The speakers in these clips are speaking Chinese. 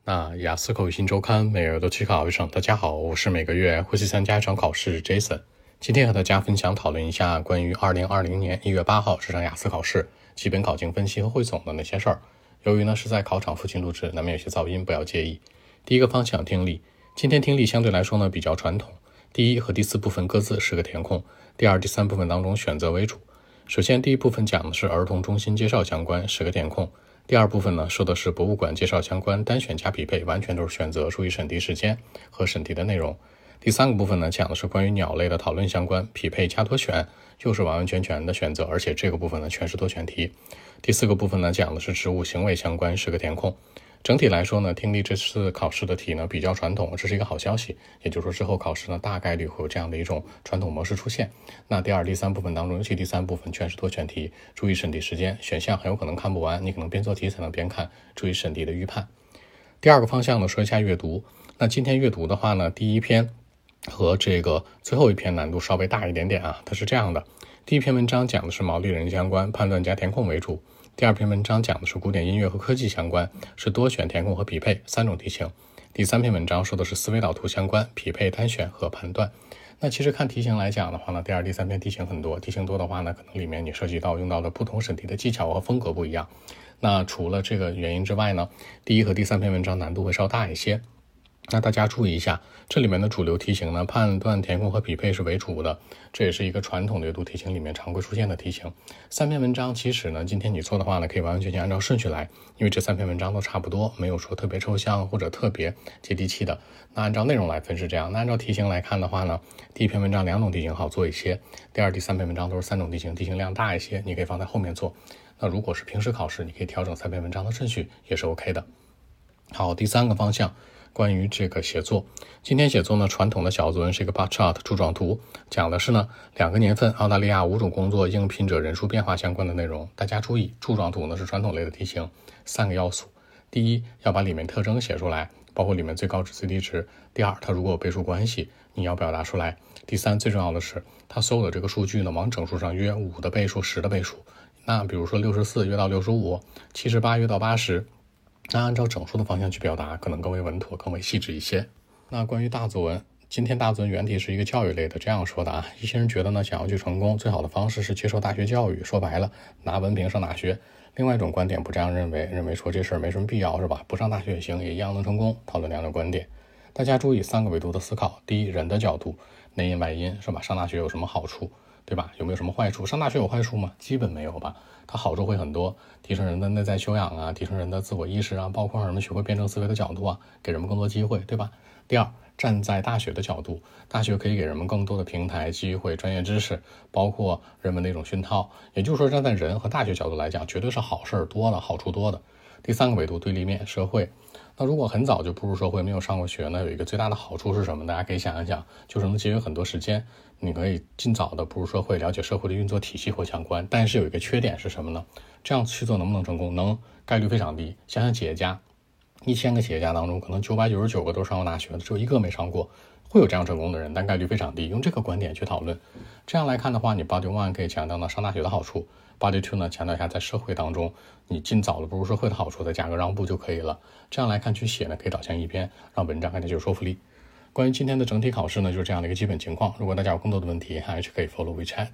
那雅思口语新周刊每月都期考一场，大家好，我是每个月会去参加一场考试 Jason。今天和大家分享讨论一下关于2020年1月8号这场雅思考试基本考情分析和汇总的那些事儿。由于呢是在考场附近录制，难免有些噪音，不要介意。第一个方向听力，今天听力相对来说呢比较传统，第一和第四部分各自是个填空，第二、第三部分当中选择为主。首先第一部分讲的是儿童中心介绍相关，是个填空。第二部分呢说的是博物馆介绍相关，单选加匹配，完全都是选择，注意审题时间和审题的内容。第三个部分呢讲的是关于鸟类的讨论相关，匹配加多选，又是完完全全的选择，而且这个部分呢全是多选题。第四个部分呢讲的是植物行为相关，是个填空。整体来说呢，听力这次考试的题呢比较传统，这是一个好消息，也就是说之后考试呢大概率会有这样的一种传统模式出现。那第二、第三部分当中，尤其第三部分全是多选题，注意审题时间，选项很有可能看不完，你可能边做题才能边看，注意审题的预判。第二个方向呢说一下阅读，那今天阅读的话呢，第一篇和这个最后一篇难度稍微大一点点啊，它是这样的。第一篇文章讲的是毛利人相关，判断加填空为主。第二篇文章讲的是古典音乐和科技相关，是多选、填空和匹配三种题型。第三篇文章说的是思维导图相关，匹配、单选和判断。那其实看题型来讲的话呢，第二、第三篇题型很多，题型多的话呢，可能里面你涉及到用到的不同审题的技巧和风格不一样。那除了这个原因之外呢，第一和第三篇文章难度会稍大一些。那大家注意一下，这里面的主流题型呢，判断、填空和匹配是为主的，这也是一个传统的阅读题型里面常规出现的题型。三篇文章其实呢，今天你做的话呢，可以完完全全按照顺序来，因为这三篇文章都差不多，没有说特别抽象或者特别接地气的。那按照内容来分是这样，那按照题型来看的话呢，第一篇文章两种题型好做一些，第二、第三篇文章都是三种题型，题型量大一些，你可以放在后面做。那如果是平时考试，你可以调整三篇文章的顺序，也是 OK 的。好，第三个方向关于这个写作，今天写作呢，传统的小作文是一个 bar chart 柱状图，讲的是呢2个年份，澳大利亚5种工作应聘者人数变化相关的内容。大家注意，柱状图呢是传统类的题型，3个要素。第一，要把里面特征写出来，包括里面最高值、最低值。第二，它如果有倍数关系，你要表达出来。第三，最重要的是，它所有的这个数据呢往整数上约5的倍数、10的倍数。那比如说64约到65， 78约到80。那按照整数的方向去表达，可能更为稳妥，更为细致一些。那关于大作文，今天大作文原题是一个教育类的，这样说的啊，一些人觉得呢，想要去成功，最好的方式是接受大学教育，说白了，拿文凭上大学。另外一种观点不这样认为，认为说这事儿没什么必要，是吧？不上大学也行，也一样能成功。讨论两种观点，大家注意3个维度的思考。第一，人的角度，内因外因，是吧？上大学有什么好处？对吧？有没有什么坏处？上大学有坏处吗？基本没有吧。它好处会很多，提升人的内在修养啊，提升人的自我意识啊，包括让人们学会辩证思维的角度啊，给人们更多机会，对吧？第二，站在大学的角度，大学可以给人们更多的平台、机会、专业知识，包括人们的一种熏陶。也就是说，站在人和大学角度来讲，绝对是好事多了，好处多的。第三个维度，对立面，社会。那如果很早就步入社会，没有上过学呢，有一个最大的好处是什么？大家可以想一想，就是能节约很多时间，你可以尽早的步入社会，了解社会的运作体系或相关。但是有一个缺点是什么呢？这样去做能不能成功？能，概率非常低。想想企业家，1000个企业家当中，可能999个都上过大学的，只有1个没上过。会有这样成功的人，但概率非常低。用这个观点去讨论，这样来看的话，你 Body 1 可以强调到上大学的好处， Body 2 呢强调一下在社会当中你尽早的步入社会的好处，再加个让步就可以了。这样来看去写呢，可以导向一篇，让文章看起来有说服力。关于今天的整体考试呢，就是这样的一个基本情况。如果大家有更多的问题，还是可以 follow WeChat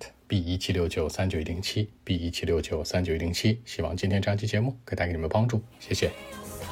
B176939107 B176939107。希望今天这样期节目可以带给你们帮助，谢谢。